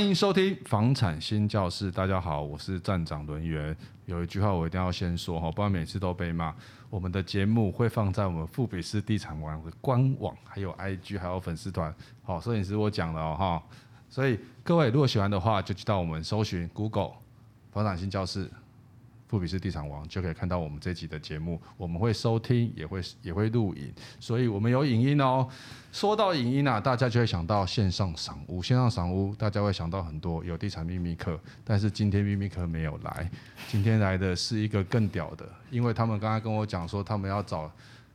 欢迎收听房产新教室。大家好，我是站长轮圆。有一句话我一定要先说，不然每次都被骂。我们的节目会放在我们富比士地产王的官网，还有 IG， 还有粉丝团。好，摄影师我讲了哦，所以各位如果喜欢的话，就到我们搜寻 Google 房产新教室。富比士地产王就可以看到我们这集的节目，我们会收听，也会录影，所以我们有影音哦。说到影音大家就会想到线上赏屋，线上赏屋大家会想到很多有地产秘密课，但是今天秘密课没有来，今天来的是一个更屌的，因为他们刚才跟我讲说，他们要找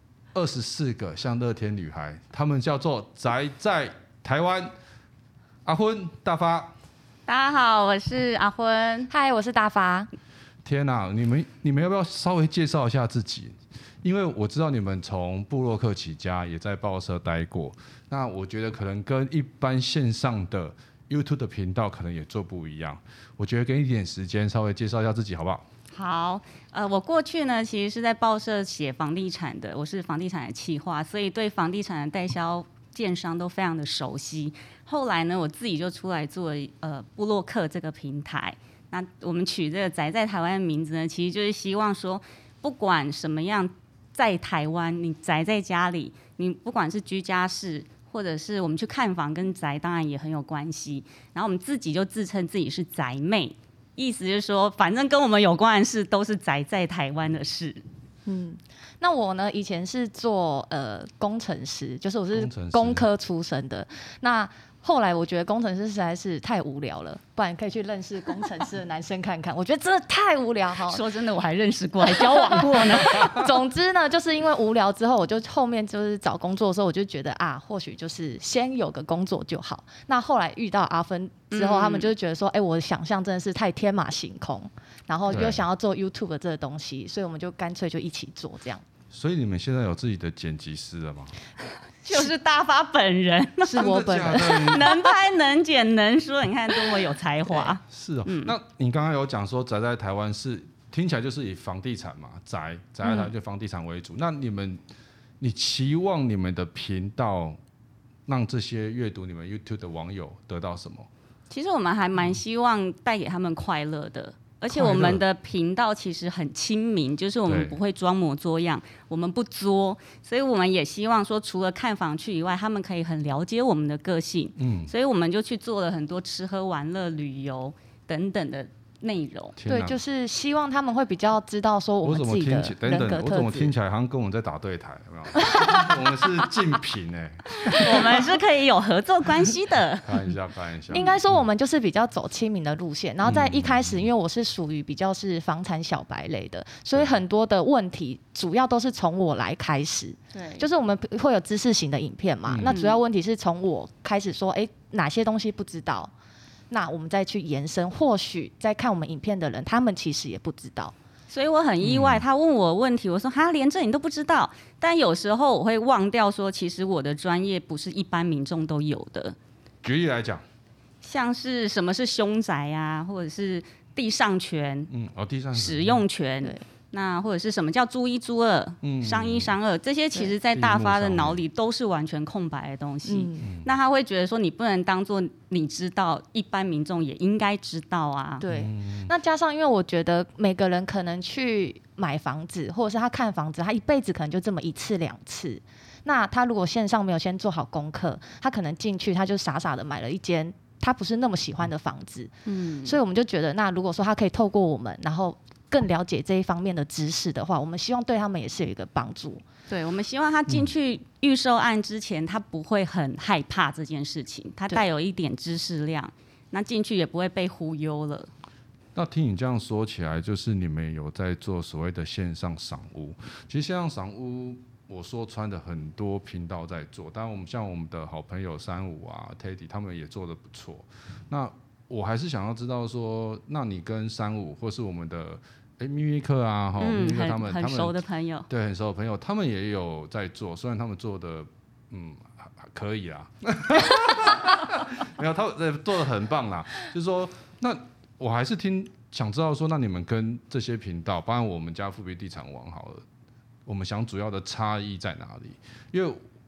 24个像乐天女孩，他们叫做宅在台湾。阿昏、大发， 大家好，我是阿昏。 嗨，我是大发。 天哪，你们要不要稍微介绍一下自己？因为我知道你们从部落客起家，也在报社待过。那我觉得可能跟一般线上的 YouTube 的频道可能也做不一样。我觉得给你一点时间，稍微介绍一下自己，好不好？ 好，我过去呢其实是在报社写房地产的，我是房地产的企划，所以对房地产的代销建商都非常的熟悉。后来呢，我自己就出来做部落客这个平台。那我们取这个宅在台湾的名字呢，其实就是希望说，不管什么样，在台湾你宅在家里，你不管是居家式，或者是我们去看房跟宅，当然也很有关系。然后我们自己就自称自己是宅妹，意思就是说，反正跟我们有关的事都是宅在台湾的事。 那我呢，以前是做工程师，就是我是工科出身的。那后来我觉得工程师实在是太无聊了，不然可以去认识工程师的男生看看。我觉得真的太无聊哈。 说真的，我还认识过，还交往过呢。 总之呢，就是因为无聊之后，我就后面就是找工作的时候，我就觉得或许就是先有个工作就好。那后来遇到阿芬之后，他们就觉得说，我想象真的是太天马行空，然后又想要做 YouTube 这个东西，所以我们就干脆就一起做这样。 所以你们现在有自己的剪辑师了吗？ 就是大发本人， 是我本人， 能拍能剪能说，你看多么有才华。 是哦，那你刚刚有讲说宅在台湾是听起来就是以房地产嘛，宅在台湾就房地产为主。那你期望你们的频道让这些阅读你们 YouTube 的网友得到什么？ 其实我们还蛮希望带给他们快乐的。而且我们的频道其实很亲民，就是我们不会装模作样，我们不作，所以我们也希望说，除了看房区以外，他们可以很了解我们的个性。所以我们就去做了很多吃喝玩乐、旅游等等的内容。 对，就是希望他们会比较知道说我们自己的人格特质。 我怎么听起来好像跟我们在打对台？有没有？我们是竞品我们是可以有合作关系的。 开玩笑。 应该说我们就是比较走亲民的路线，然后在一开始，因为我是属于比较是房产小白类的，所以很多的问题主要都是从我来开始。对，就是我们会有知识型的影片嘛，那主要问题是从我开始说，哪些东西不知道。那我们再去延伸，或许在看我们影片的人，他们其实也不知道， 所以我很意外。他问我问题，我说连这你都不知道。但有时候我会忘掉说，其实我的专业不是一般民众都有的。 举例来讲， 像是什么是凶宅啊，或者是地上权， 地上权使用权。对，那或者是什么叫租一租二，商一商二，这些其实在大发的脑里都是完全空白的东西。那他会觉得说，你不能当做你知道，一般民众也应该知道啊。 对，那加上因为我觉得每个人可能去买房子，或者是他看房子，他一辈子可能就这么一次两次。那他如果线上没有先做好功课，他可能进去他就傻傻的买了一间他不是那么喜欢的房子。所以我们就觉得，那如果说他可以透过我们，然后更了解这一方面的知识的话，我们希望对他们也是有一个帮助。 对，我们希望他进去预售案之前，他不会很害怕这件事情，他带有一点知识量，那进去也不会被忽悠了。 那听你这样说起来，就是你们有在做所谓的线上赏屋。其实线上赏屋，我说穿的很多频道在做，当然我们像我们的好朋友35啊、Teddy 他们也做得不错。那我还是想要知道说，那你跟35或是我们的秘密客啊，秘密客他们很熟的朋友， 对，很熟的朋友，他们也有在做，虽然他们做的可以啦，没有他做的很棒啦，就是说，那我还是想知道说，那你们跟这些频道，包括我们家富比地产王好了，我们想主要的差异在哪里？因为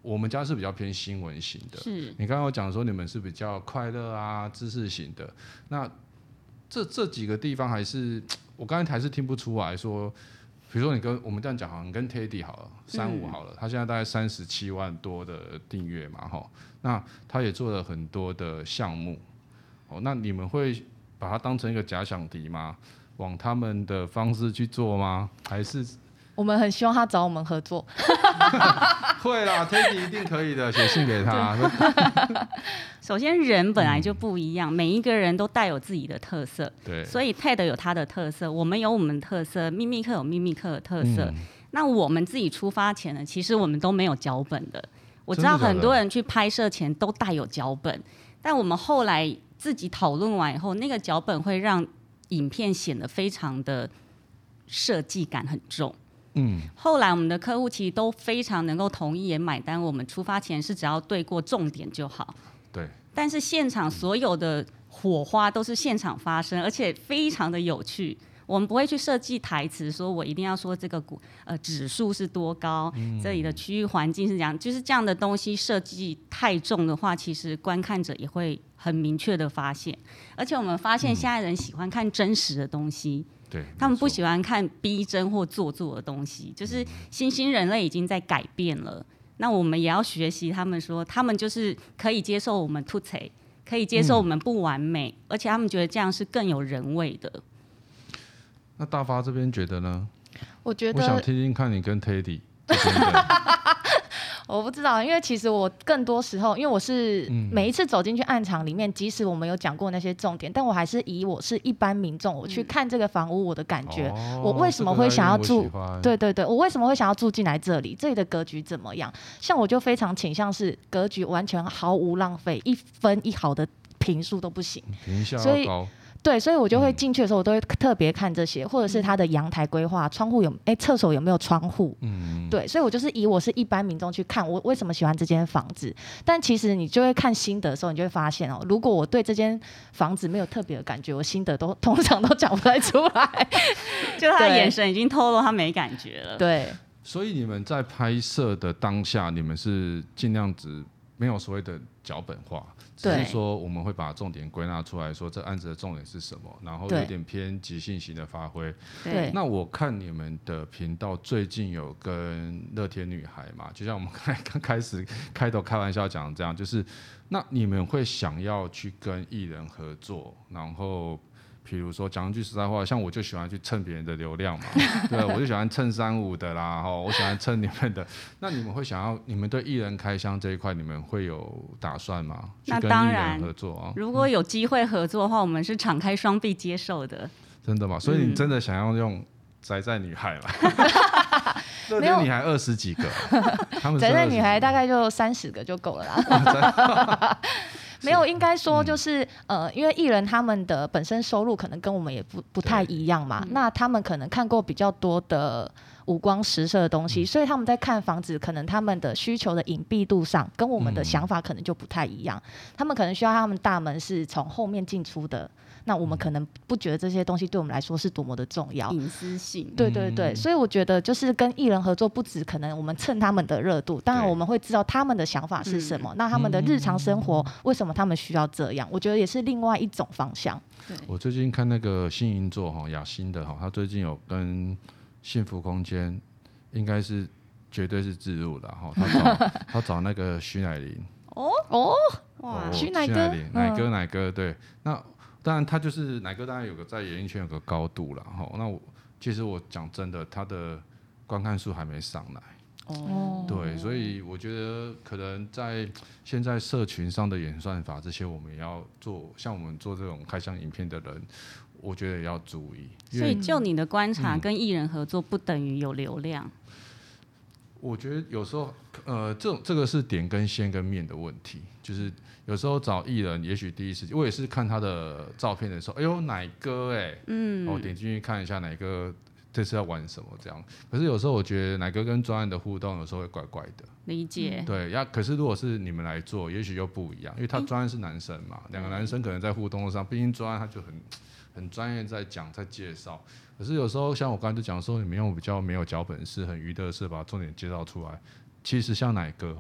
我们家是比较偏新闻型的， 是你刚刚有讲说你们是比较快乐啊、知识型的，那这几个地方还是我刚才还是听不出来说，比如说你跟我们这样讲好了，你跟 Teddy 好了，35好了，他现在大概37万多的订阅嘛，哈，那他也做了很多的项目，哦，那你们会把它当成一个假想敌吗？往他们的方式去做吗？还是我们很希望他找我们合作。 会啦，Teddy 一定可以的，写信给他。 首先人本来就不一样，每一个人都带有自己的特色， 对， 所以 TED 有他的特色，我们有我们的特色，秘密课有秘密课的特色。那我们自己出发前呢，其实我们都没有脚本的。我知道很多人去拍摄前都带有脚本，但我们后来自己讨论完以后，那个脚本会让影片显得非常的设计感很重。后来我们的客户其实都非常能够同意也买单，我们出发前是只要对过重点就好。 对。 但是现场所有的火花都是现场发生，而且非常的有趣。我们不会去设计台词，说我一定要说这个指数是多高，这里的区域环境是这样，就是这样的东西设计太重的话，其实观看者也会很明确的发现。而且我们发现现在人喜欢看真实的东西。 对， 他们不喜欢看逼真或做作的东西，就是新兴人类已经在改变了。那我们也要学习他们说，他们就是可以接受我们突贼，可以接受我们不完美，而且他们觉得这样是更有人味的。 那大发这边觉得呢？ 我觉得我想听听看你跟 Teddy 这边的。 我不知道，因为其实我更多时候，因为我是每一次走进去暗场里面，即使我们有讲过那些重点，但我还是以我是一般民众，我去看这个房屋，我的感觉，我为什么会想要住？对对对，我为什么会想要住进来这里？这里的格局怎么样？像我就非常倾向是格局完全毫无浪费，一分一毫的坪数都不行， 坪效要高。 对，所以我就会进去的时候，我都会特别看这些，或者是它的阳台规划、窗户厕所有没有窗户？对，所以我就是以我是一般民众去看，我为什么喜欢这间房子。但其实你就会看心得的时候，你就会发现如果我对这间房子没有特别的感觉，我心得通常都讲不太出来。 就他的眼神已经透露他没感觉了。 对， 所以你们在拍摄的当下，你们是尽量没有所谓的脚本化，只是说我们会把重点归纳出来，说这案子的重点是什么，然后有点偏即兴型的发挥。 对。 那我看你们的频道最近有跟乐天女孩嘛，就像我们刚开始开头开玩笑讲这样，就是那你们会想要去跟艺人合作，然后比如说讲句实在话，像我就喜欢去蹭别人的流量嘛，对，我就喜欢蹭35的啦，我喜欢蹭你们的。那你们会想要，你们对艺人开箱这一块，你们会有打算吗？ 那当然， 去跟艺人合作啊。 如果有机会合作的话，我们是敞开双臂接受的。 真的吗？所以你真的想要用宅在女孩吗？乐天女孩20几个，他们宅在女孩大概就30个就够了啦。没有，应该说就是因为艺人他们的本身收入可能跟我们也不太一样嘛，那他们可能看过比较多的五光十色的东西，所以他们在看房子，可能他们的需求的隐蔽度上跟我们的想法可能就不太一样，他们可能需要他们大门是从后面进出的。那我们可能不觉得这些东西对我们来说是多么的重要， 隐私性。 对对对，所以我觉得就是跟艺人合作，不止可能我们蹭他们的热度，当然我们会知道他们的想法是什么，那他们的日常生活为什么他们需要这样，我觉得也是另外一种方向。 我最近看那个新银座雅欣的他最近有跟幸福空间，应该是绝对是置入的他找那个徐乃麟。 哇，徐乃哥， 乃哥，对，那。当然，他就是乃哥，当然有个在演艺圈有个高度啦。那其实我讲真的，他的观看数还没上来。对，所以我觉得可能在现在社群上的演算法这些，我们也要做。像我们做这种开箱影片的人，我觉得也要注意。 所以，就你的观察，跟艺人合作不等于有流量。 我觉得有时候，这个是点跟线跟面的问题，就是有时候找艺人，也许第一时间，我也是看他的照片的时候，哎呦，乃哥我点进去看一下乃哥这次要玩什么这样。可是有时候我觉得乃哥跟专案的互动有时候会怪怪的。 理解。 对，可是如果是你们来做，也许又不一样，因为他专案是男生嘛，两个男生可能在互动上，毕竟专案他就很专业在讲在介绍。可是有时候像我刚才就讲说，你们用比较没有脚本式、很娱乐式把重点介绍出来。其实像乃哥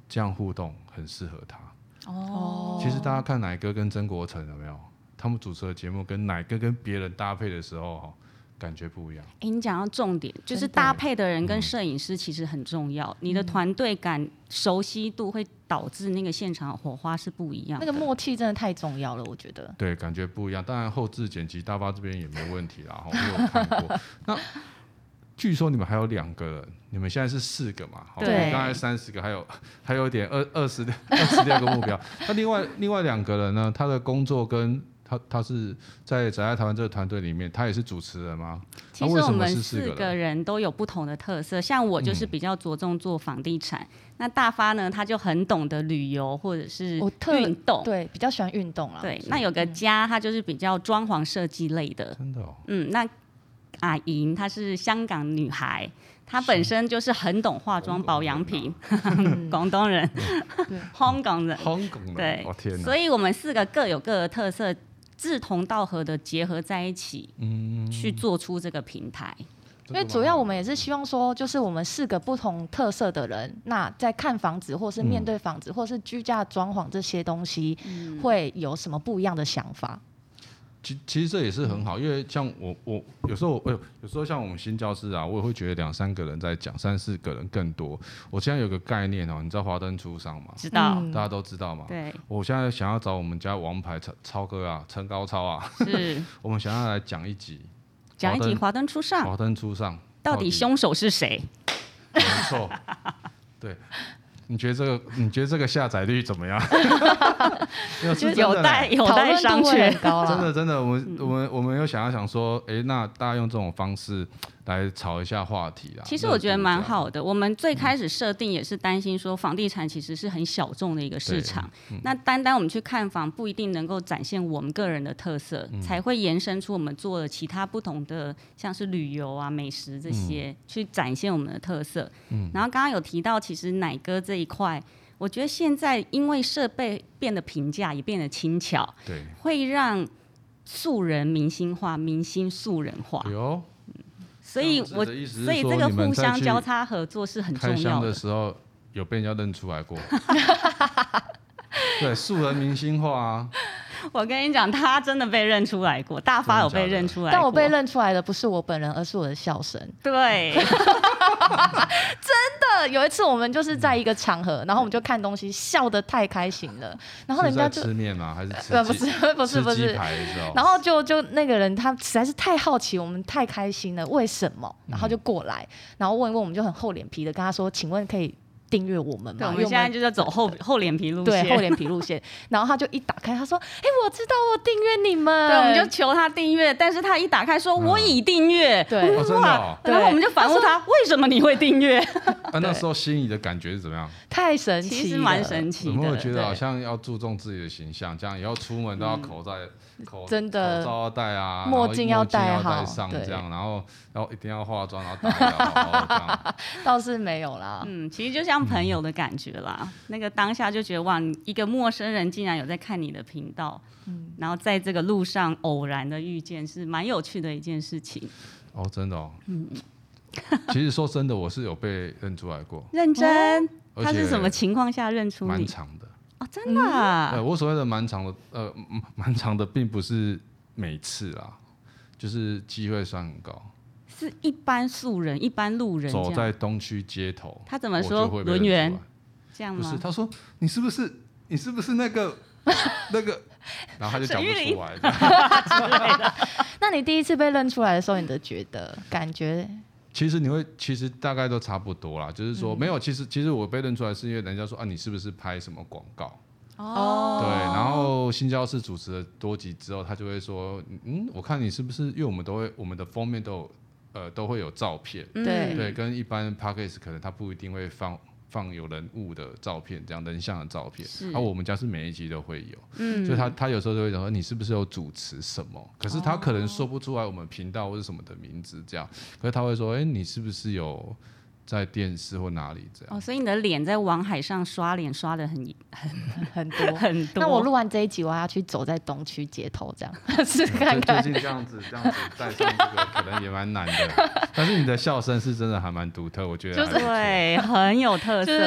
这样互动很适合他。 哦， 其实大家看乃哥跟曾国城有没有？他们主持的节目跟乃哥跟别人搭配的时候，感觉不一样。 你讲到重点，就是搭配的人跟摄影师其实很重要，你的团队感、熟悉度会导致那个现场火花是不一样的。 那个默契真的太重要了，我觉得。 对，感觉不一样。当然后置剪辑大发这边也没问题啦，我有看过。那据说你们还有2个人，你们现在是4个嘛？ 对， 刚才30个，还有一点26个目标。那另外2个人呢？他的工作跟他是在宅在台湾这个团队里面，他也是主持人吗？ 其实我们4个人都有不同的特色，像我就是比较着重做房地产，那大发呢他就很懂得旅游或者是运动， 对，比较喜欢运动啦。 对，那有个家他就是比较装潢设计类的， 真的哦。 那阿莹她是香港女孩，她本身就是很懂化妆保养品，广东人，香港人，对， 哦天哪！ 所以我们4个各有各的特色，志同道合的结合在一起，去做出这个平台。 因为主要我们也是希望说，就是我们4个不同特色的人，那在看房子，或是面对房子，或是居家装潢这些东西，会有什么不一样的想法？ 其实这也是很好，因为像我有时候像我们新教室啊，我也会觉得2、3个人在讲，3、4个人更多。我现在有个概念哦，你知道华灯初上吗？ 知道， 大家都知道嘛。 对。 我现在想要找我们家王牌超哥啊，陈高超啊， 是， 我们想要来讲一集华灯初上。 华灯初上， 到底凶手是谁？ 没错，对。你觉得这个下载率怎么样？ 有待商榷。 真的，我们有想说，那大家用这种方式来炒一下话题啊。 其实我觉得蛮好的。我们最开始设定也是担心说，房地产其实是很小众的一个市场。那单我们去看房，不一定能够展现我们个人的特色，才会延伸出我们做了其他不同的，像是旅游啊、美食这些，去展现我们的特色。然后刚刚有提到，其实乃哥这一块，我觉得现在因为设备变得平价，也变得轻巧， 对， 会让素人明星化，明星素人化。所以这个互相交叉合作是很重要的。 开箱的时候有被人家认出来过，对，素人明星化啊。 我跟你讲，他真的被认出来过，大发有被认出来过， 但我被认出来的不是我本人，而是我的笑声。 对， 真的有一次我们就是在一个场合，然后我们就看东西，笑得太开心了，然后人家就是吃面吗？还是不是鸡排的时候？ 然后就那个人他实在是太好奇，我们太开心了，为什么？然后就过来，然后问一问，我们就很厚脸皮的跟他说：“请问可以订阅我们吗？” 对，我们现在就在走厚脸皮路线， 对，厚脸皮路线。然后他就一打开，他说：“我知道，我订阅你们。” 对，我们就求他订阅，但是他一打开说：“我已订阅。” 对， 真的哦。 然后我们就反问他：“为什么你会订阅？” 那时候心里的感觉是怎么样？ 太神奇了， 其实蛮神奇的。 有没有觉得好像要注重自己的形象？这样以后出门都要口罩要戴啊， 墨镜要戴好上，这样，然后一定要化妆，然后打药，然后这样。 倒是没有啦， 其实就像朋友的感觉啦。那个当下就觉得哇，一个陌生人竟然有在看你的频道，然后在这个路上偶然的遇见，是蛮有趣的一件事情。 哦，真的哦。其实说真的，我是有被认出来过。 认真？他是什么情况下认出你？ 蛮长的。 哦，真的啊？ 我所谓的蛮长的，蛮长的，并不是每次啦，就是机会算很高。 是一般素人、一般路人走在东区街头， 他怎么说？轮圆这样吗？ 不是，他说你是不是那个那个，然后他就讲不出来之类的。那你第一次被认出来的时候，你的感觉？ 其实大概都差不多啦，就是说没有，其实我被认出来是因为人家说啊，你是不是拍什么广告？ 哦， 对，然后新教室主持了多集之后，他就会说，我看你是不是，因为我们的封面都会有照片，对，跟一般 podcast 可能他不一定会放有人物的照片，这样人像的照片，我们家是每一集都会有，所以他有时候就会讲说你是不是有主持什么，可是他可能说不出来我们频道或是什么的名字这样，可是他会说，你是不是有在电视或哪里这样？ 所以你的脸在网海上刷脸刷的很多很多。 那我录完这一集，我要去走在东区街头这样试看看。 最近这样子带上这个可能也蛮难的，但是你的笑声是真的还蛮独特，我觉得就是对，很有特色。 就是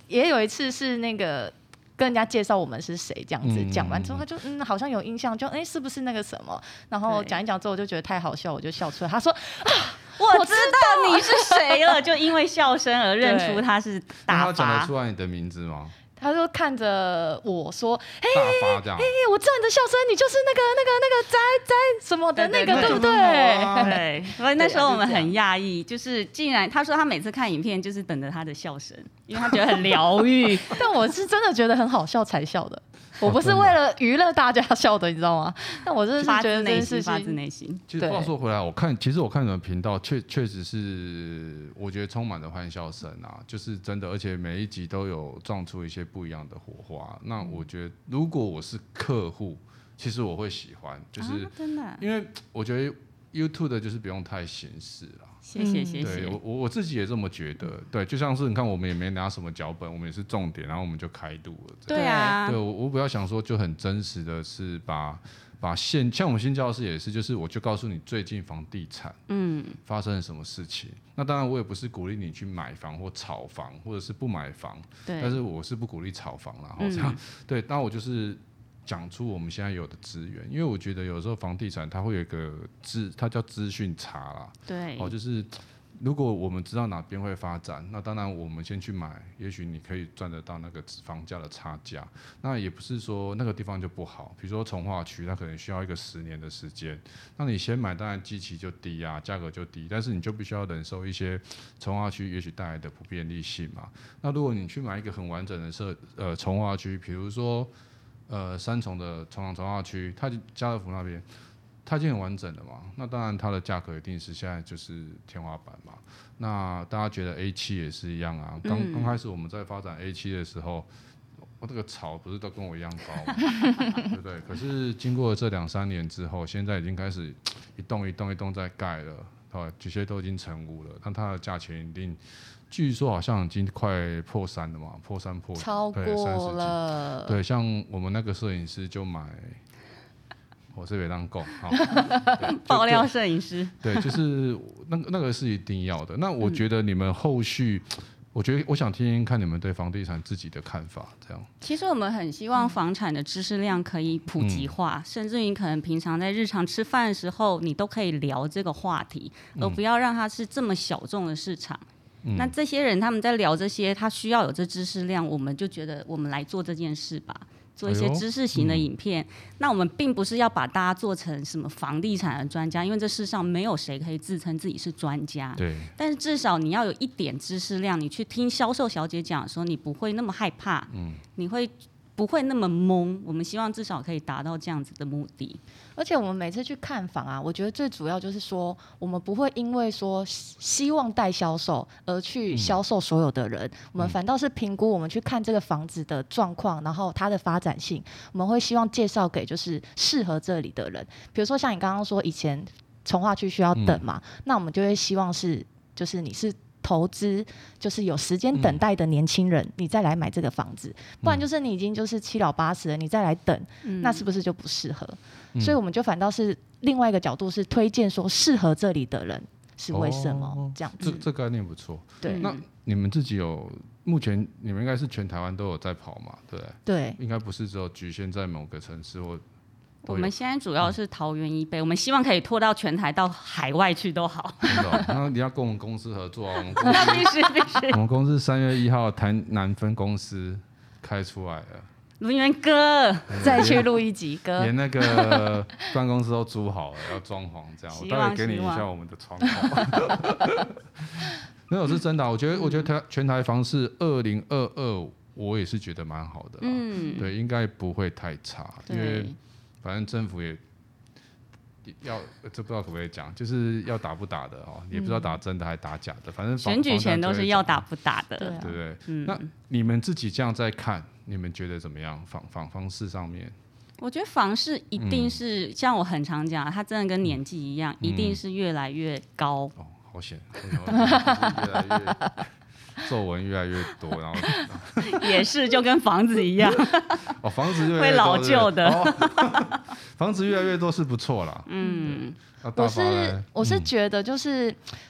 也有一次是那个跟人家介绍我们是谁这样子，讲完之后他就好像有印象，就是不是那个什么，然后讲一讲之后我就觉得太好笑，我就笑出来。他说我知道你是谁了，就因为笑声而认出他是大发。 他讲得出来你的名字吗？ 他就看着我说：“ 大发这样， 我知道你的笑声，你就是那个在什么的那个，对不对？” 对，所以那时候我们很讶异，就是竟然他说他每次看影片就是等着他的笑声，因为他觉得很疗愈。 但我是真的觉得很好笑才笑的。我不是为了娱乐大家笑的，你知道吗？但我真的是觉得这件事情发自内心。 其实话说回来，其实我看你们频道确实是，我觉得充满了欢笑声啊，就是真的，而且每一集都有撞出一些不一样的火花。那我觉得，如果我是客户，其实我会喜欢，就是真的， 因为我觉得 YouTube 的就是不用太形式了。 谢谢。 对我自己也这么觉得，对，就像是你看，我们也没拿什么脚本，我们也是重点，然后我们就开录了。 对啊， 对我比较想说，就很真实的是把像我们新教室也是，就是我就告诉你最近房地产发生了什么事情。那当然我也不是鼓励你去买房或炒房，或者是不买房，但是我是不鼓励炒房啦。这样对，那我就是讲出我们现在有的资源，因为我觉得有时候房地产它会有一个它叫资讯差啦。 对， 就是如果我们知道哪边会发展，那当然我们先去买，也许你可以赚得到那个房价的差价。那也不是说那个地方就不好，比如说从化区，它可能需要一个10年的时间。那你先买，当然基期就低啊，价格就低，但是你就必须要忍受一些从化区也许带来的不便利性嘛。那如果你去买一个很完整的从化区，比如说三重的从化区，它家乐福那边，它已经很完整了嘛，那当然它的价格一定是现在就是天花板嘛。那大家觉得 A7 也是一样啊，刚开始我们在发展 A7 的时候，我这个草不是都跟我一样高吗？对不对？可是经过了这2-3年之后，现在已经开始一栋在盖了，这些都已经成屋了，那它的价钱一定。据说好像已经快破3了嘛，破3 超过了。 对，像我们那个摄影师就买，我这边让够， 爆料摄影师， 对，就是那个是一定要的。那我觉得你们后续，我想听听看你们对房地产自己的看法，这样。 其实我们很希望房产的知识量可以普及化，甚至于可能平常在日常吃饭的时候，你都可以聊这个话题，而不要让它是这么小众的市场。那这些人他们在聊这些，他需要有这知识量，我们就觉得我们来做这件事吧，做一些知识型的影片。那我们并不是要把大家做成什么房地产的专家，因为这世上没有谁可以自称自己是专家。 对。 但是至少你要有一点知识量，你去听销售小姐讲的时候，你不会那么害怕，你会不会那么懵。我们希望至少可以达到这样子的目的。 而且我们每次去看房啊，我觉得最主要就是说，我们不会因为说希望带销售而去销售所有的人，我们反倒是评估我们去看这个房子的状况，然后它的发展性，我们会希望介绍给就是适合这里的人。比如说像你刚刚说以前从化区需要等嘛，那我们就会希望是就是你是投资就是有时间等待的年轻人，你再来买这个房子，不然就是你已经就是7老80了，你再来等，那是不是就不适合？所以我们就反倒是另外一个角度，是推荐说适合这里的人是为什么这样子。 这概念不错。 对， 那你们自己目前你们应该是全台湾都有在跑嘛，对不对？ 对， 应该不是只有局限在某个城市或。 我们现在主要是桃园以北，我们希望可以拖到全台到海外去都好。 那你要跟我们公司合作啊！ 那必须。 我们公司3月1号台南分公司开出来了。 轮圆哥， 再去录一集歌， 连那个办公室都租好了，要装潢这样。我待会给你一下我们的窗口。没有是真的，我觉得全台房市2022，我也是觉得蛮好的啦。对，应该不会太差，因为。反正政府也要，这不知道可不可以讲，就是要打不打的也不知道打真的还打假的，反正选举前都是要打不打的， 对不对？那你们自己这样在看，你们觉得怎么样？房市上面，我觉得房市一定是像我很常讲，它真的跟年纪一样，一定是越来越高。 好险，越来越。皱纹越来越多，然后也是就跟房子一样， 房子越来越多会老旧的， 房子越来越多是不错啦。 我是觉得就是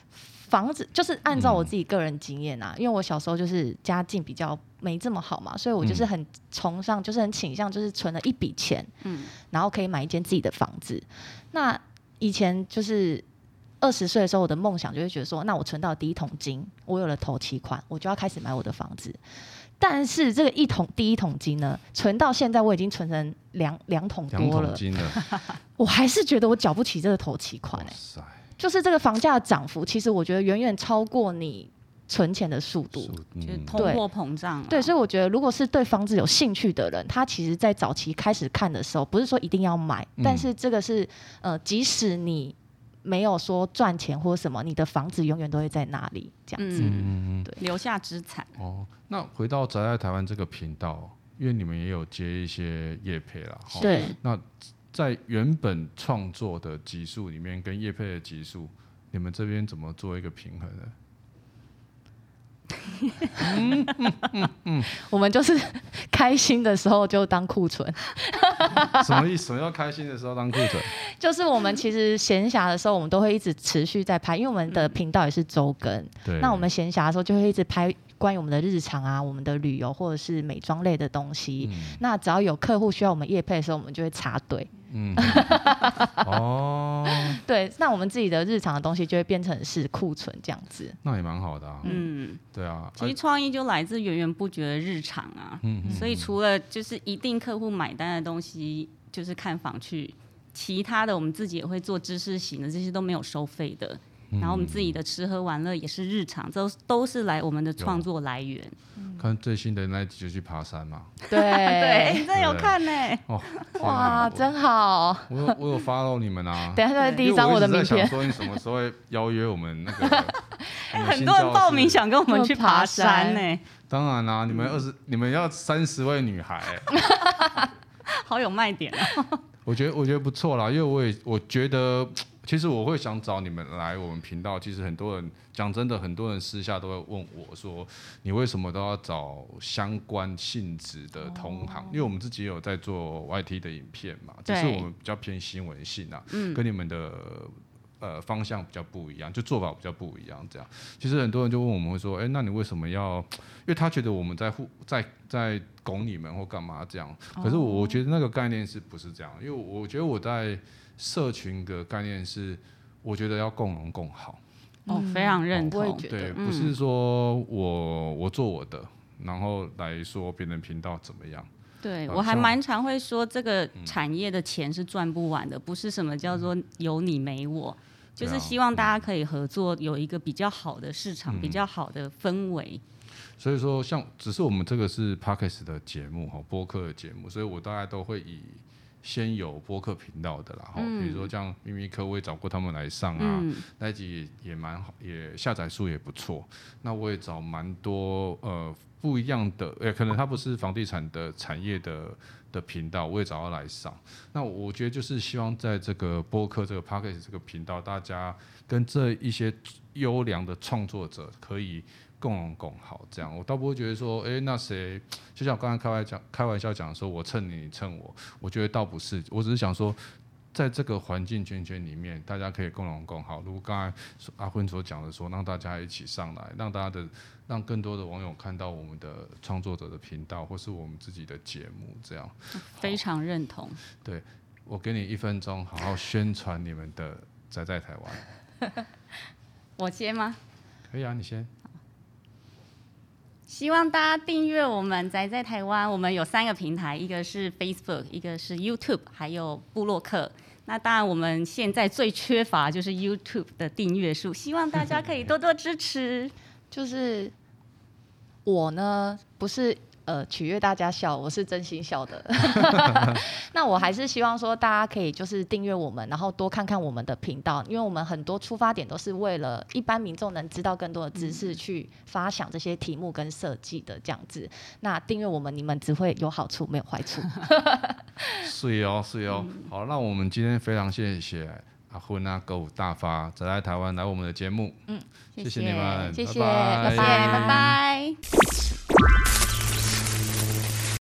房子就是按照我自己个人经验啊，因为我小时候就是家境比较没这么好嘛，所以我就是很崇尚，就是很倾向，就是存了一笔钱，然后可以买一间自己的房子。那以前就是20岁的时候，我的梦想就会觉得说，那我存到第一桶金，我有了头期款，我就要开始买我的房子。但是这个第一桶金呢，存到现在我已经存成两桶多了，我还是觉得我缴不起这个头期款就是这个房价的涨幅，其实我觉得远远超过你存钱的速度， 就是通货膨胀。 对，所以我觉得如果是对房子有兴趣的人，他其实在早期开始看的时候，不是说一定要买，但是这个是即使你没有说赚钱或什么，你的房子永远都会在那里，这样子， 对，留下资产。 那回到宅在台湾这个频道，因为你们也有接一些业配啦， 对， 那在原本创作的集数里面跟业配的集数，你们这边怎么做一个平衡呢？ 我们就是开心的时候就当库存。 什么意思？什么叫开心的时候当库存？ 就是我们其实闲暇的时候，我们都会一直持续在拍，因为我们的频道也是周更。那我们闲暇的时候就会一直拍关于我们的日常啊，我们的旅游或者是美妆类的东西。那只要有客户需要我们业配的时候，我们就会插队。对，那我们自己的日常的东西就会变成是库存这样子。 那也蛮好的啊。对啊。 其实创意就来自源源不绝的日常啊。所以除了就是一定客户买单的东西，就是看房去，其他的我们自己也会做知识型的，这些都没有收费的。然后我们自己的吃喝玩乐也是日常，都是来我们的创作来源。 看最新的那一集就去爬山嘛。 对， 真有看呢。 哇，真好。 我有 follow 你们啊。 等一下再第一张我的名片。 我一直在想说你什么时候会邀约我们那个？ 很多人报名想跟我们去爬山呢。 当然啦，你们要30位女孩， 好有卖点哦。 我觉得不错啦，因为我觉得。其实我会想找你们来我们频道，其实很多人讲真的，很多人私下都会问我说，你为什么都要找相关性质的同行？因为我们自己也有在做 YT 的影片嘛，只是我们比较偏新闻性啊，跟你们的方向比较不一样，就做法比较不一样。这样，其实很多人就问我们会说，那你为什么要？因为他觉得我们在拱你们或干嘛这样，可是我觉得那个概念是不是这样？因为我觉得我在社群的概念是，我觉得要共荣共好。 非常认同。 对，不是说我做我的，然后来说别人频道怎么样。 对，我还蛮常会说，这个产业的钱是赚不完的，不是什么叫做有你没我，就是希望大家可以合作，有一个比较好的市场，比较好的氛围。 所以说，只是我们这个是 Podcast 的节目，播客的节目，所以我大概都会以先有播客频道的啦，比如说像秘密客，我也找过他们来上啊，那一集也蛮好，也下载数也不错。那我也找蛮多不一样的，可能它不是房地产的产业的频道，我也找他来上。那我觉得就是希望在这个播客这个 Podcast 这个频道，大家跟这一些优良的创作者可以共荣共好，这样我倒不会觉得说，那谁，就像我刚才开玩笑讲说，我蹭你，你蹭我，我觉得倒不是，我只是想说，在这个环境圈里面，大家可以共荣共好。如果刚才阿坤所讲的说，让大家一起上来，让更多的网友看到我们的创作者的频道，或是我们自己的节目，这样非常认同。 对，我给你1分钟，好好宣传你们的宅在台湾。 我先吗？ 可以啊，你先。 希望大家订阅我们宅在台湾，我们有3个平台，一个是 Facebook， 一个是 YouTube， 还有部落客。那当然我们现在最缺乏就是 YouTube 的订阅数，希望大家可以多多支持。 就是我呢，不是取悦大家笑，我是真心笑的。那我还是希望说大家可以就是订阅我们，然后多看看我们的频道，因为我们很多出发点都是为了一般民众能知道更多的知识，去发想这些题目跟设计的这样子。那订阅我们，你们只会有好处没有坏处。 是哦。好，那我们今天非常谢谢阿坤啊、歌舞大发宅在台湾来我们的节目。 谢谢你们， 谢谢， 拜拜。 拜拜。